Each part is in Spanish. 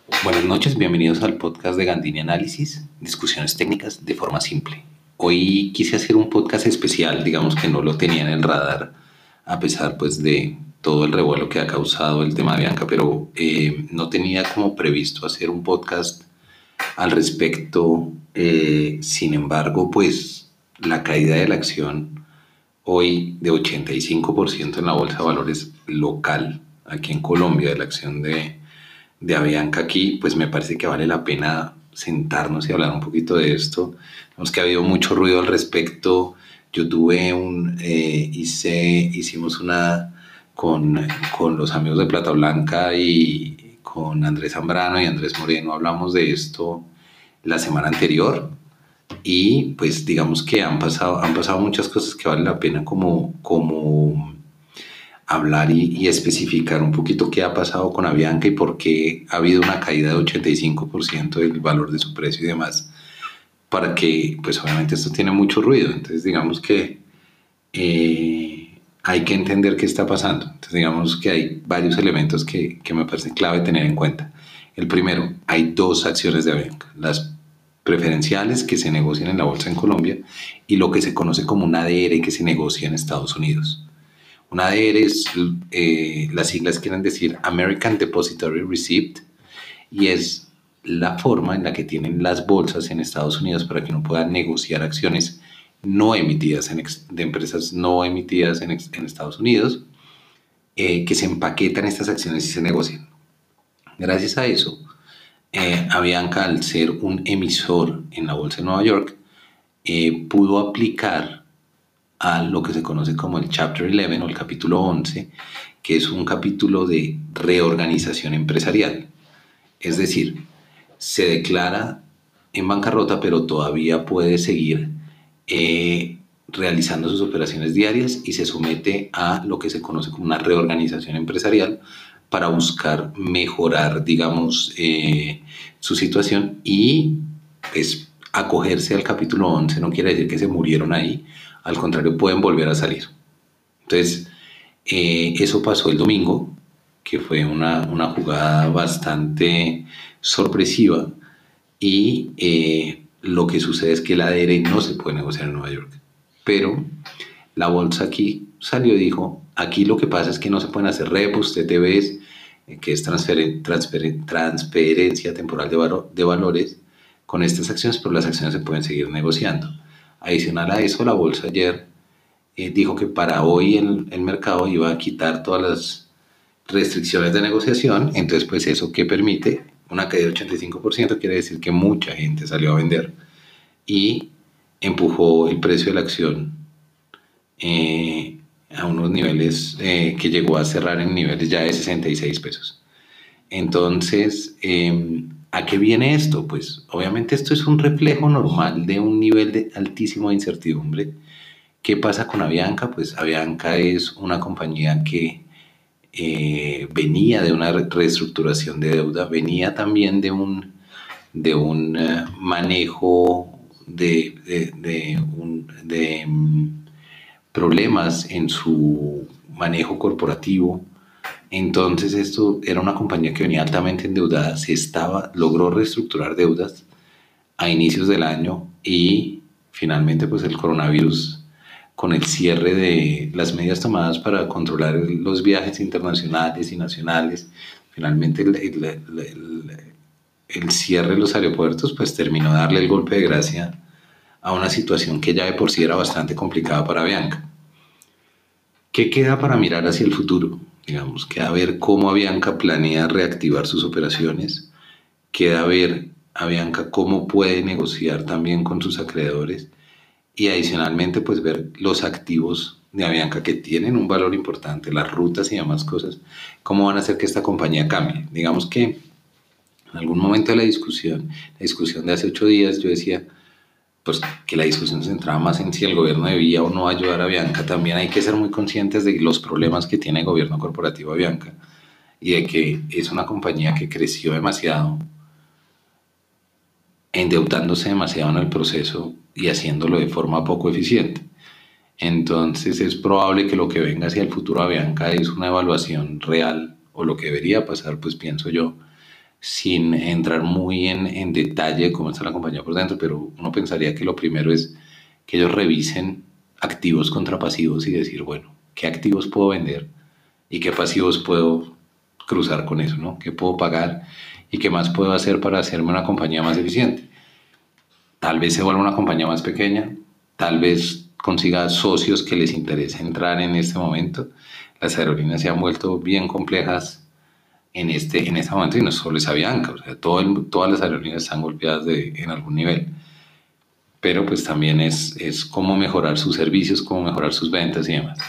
Buenas noches, bienvenidos al podcast de Gandini Análisis, discusiones técnicas de forma simple. Hoy quise hacer un podcast especial, digamos que no lo tenía en el radar, a pesar pues de todo el revuelo que ha causado el tema de Bianca, pero no tenía como previsto hacer un podcast al respecto. Sin embargo, pues la caída de la acción hoy de 85% en la bolsa de valores local aquí en Colombia, de la acción de Avianca aquí, pues me parece que vale la pena sentarnos y hablar un poquito de esto. Vemos que ha habido mucho ruido al respecto. Yo tuve hicimos una con los amigos de Plata Blanca y con Andrés Zambrano y Andrés Moreno, hablamos de esto la semana anterior y pues digamos que han pasado muchas cosas que vale la pena como hablar y especificar un poquito qué ha pasado con Avianca y por qué ha habido una caída de 85% del valor de su precio y demás, para que, pues obviamente esto tiene mucho ruido, entonces digamos que hay que entender qué está pasando. Entonces digamos que hay varios elementos que me parecen clave tener en cuenta. El primero, hay dos acciones de Avianca, las preferenciales que se negocian en la bolsa en Colombia y lo que se conoce como un ADR que se negocia en Estados Unidos. Un ADR es, las siglas quieren decir American Depository Receipt y es la forma en la que tienen las bolsas en Estados Unidos para que uno pueda negociar acciones no emitidas de empresas no emitidas en Estados Unidos, que se empaquetan estas acciones y se negocian. Gracias a eso, Avianca, al ser un emisor en la bolsa de Nueva York, pudo aplicar a lo que se conoce como el Chapter 11 o el capítulo 11, que es un capítulo de reorganización empresarial. Es decir, se declara en bancarrota, pero todavía puede seguir realizando sus operaciones diarias y se somete a lo que se conoce como una reorganización empresarial para buscar mejorar, digamos, su situación y pues, acogerse al capítulo 11 no quiere decir que se murieron ahí, al contrario, pueden volver a salir. Entonces, eso pasó el domingo, que fue una jugada bastante sorpresiva y lo que sucede es que el ADR no se puede negociar en Nueva York. Pero la bolsa aquí salió y dijo, aquí lo que pasa es que no se pueden hacer repos, TTBs, que es transferencia temporal de valores con estas acciones, pero las acciones se pueden seguir negociando. Adicional a eso, la bolsa ayer dijo que para hoy el mercado iba a quitar todas las restricciones de negociación, entonces pues eso que permite una caída del 85% quiere decir que mucha gente salió a vender y empujó el precio de la acción a unos niveles que llegó a cerrar en niveles ya de 66 pesos. Entonces, ¿a qué viene esto? Pues obviamente esto es un reflejo normal de un nivel de altísimo de incertidumbre. ¿Qué pasa con Avianca? Pues Avianca es una compañía que venía de una reestructuración de deuda, venía también de un manejo de problemas en su manejo corporativo. Entonces esto era una compañía que venía altamente endeudada, logró reestructurar deudas a inicios del año y finalmente pues el coronavirus con el cierre de las medidas tomadas para controlar los viajes internacionales y nacionales, finalmente el cierre de los aeropuertos pues terminó de darle el golpe de gracia a una situación que ya de por sí era bastante complicada para Avianca. ¿Qué queda para mirar hacia el futuro? Digamos, queda ver cómo Avianca planea reactivar sus operaciones, queda ver Avianca cómo puede negociar también con sus acreedores y adicionalmente pues ver los activos de Avianca que tienen un valor importante, las rutas y demás cosas, cómo van a hacer que esta compañía cambie. Digamos que en algún momento de la discusión de hace 8 días, yo decía pues que la discusión se centraba más en si el gobierno debía o no ayudar a Avianca. También hay que ser muy conscientes de los problemas que tiene el gobierno corporativo Avianca y de que es una compañía que creció demasiado, endeudándose demasiado en el proceso y haciéndolo de forma poco eficiente. Entonces es probable que lo que venga hacia el futuro Avianca es una evaluación real, o lo que debería pasar, pues pienso yo, sin entrar muy en detalle de cómo está la compañía por dentro, pero uno pensaría que lo primero es que ellos revisen activos contra pasivos y decir, bueno, ¿qué activos puedo vender y qué pasivos puedo cruzar con eso, ¿no? ¿Qué puedo pagar y qué más puedo hacer para hacerme una compañía más eficiente? Tal vez se vuelva una compañía más pequeña, tal vez consiga socios que les interese entrar en este momento. Las aerolíneas se han vuelto bien complejas en este momento y no solo es Avianca, o sea, todas las aerolíneas están golpeadas en algún nivel. Pero pues también es cómo mejorar sus servicios, cómo mejorar sus ventas y demás.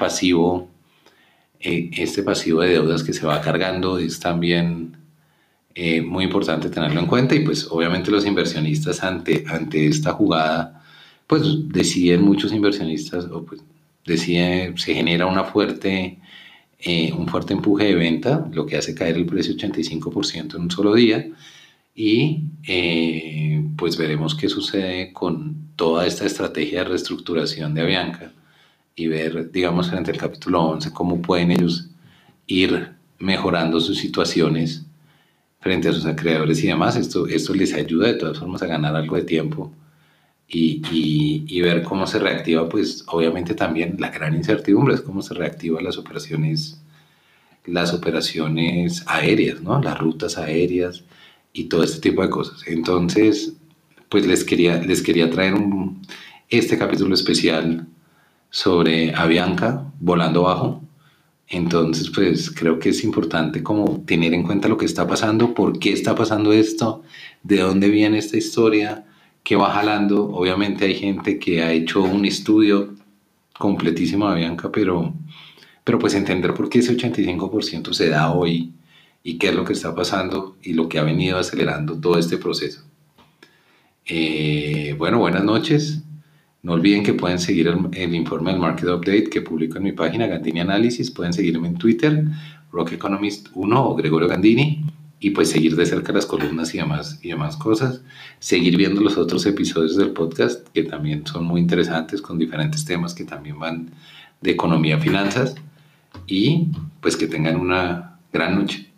Este pasivo de deudas que se va cargando es también muy importante tenerlo en cuenta y pues obviamente los inversionistas ante esta jugada, pues deciden muchos inversionistas o pues se genera un fuerte empuje de venta, lo que hace caer el precio 85% en un solo día y pues veremos qué sucede con toda esta estrategia de reestructuración de Avianca y ver, digamos, frente al capítulo 11, cómo pueden ellos ir mejorando sus situaciones frente a sus acreedores y demás. Esto les ayuda de todas formas a ganar algo de tiempo y ver cómo se reactiva, pues obviamente también la gran incertidumbre es cómo se reactivan las operaciones aéreas, ¿no? Las rutas aéreas y todo este tipo de cosas. Entonces, pues les quería traer este capítulo especial sobre Avianca volando bajo. Entonces, pues creo que es importante como tener en cuenta lo que está pasando, por qué está pasando esto, de dónde viene esta historia, qué va jalando. Obviamente hay gente que ha hecho un estudio completísimo de Avianca, pero pues entender por qué ese 85% se da hoy y qué es lo que está pasando y lo que ha venido acelerando todo este proceso. Bueno, buenas noches. No olviden que pueden seguir el informe del Market Update que publico en mi página Gandini Análisis. Pueden seguirme en Twitter, Rock Economist 1 o Gregorio Gandini. Y pues seguir de cerca las columnas y demás cosas. Seguir viendo los otros episodios del podcast que también son muy interesantes con diferentes temas que también van de economía, finanzas. Y pues que tengan una gran noche.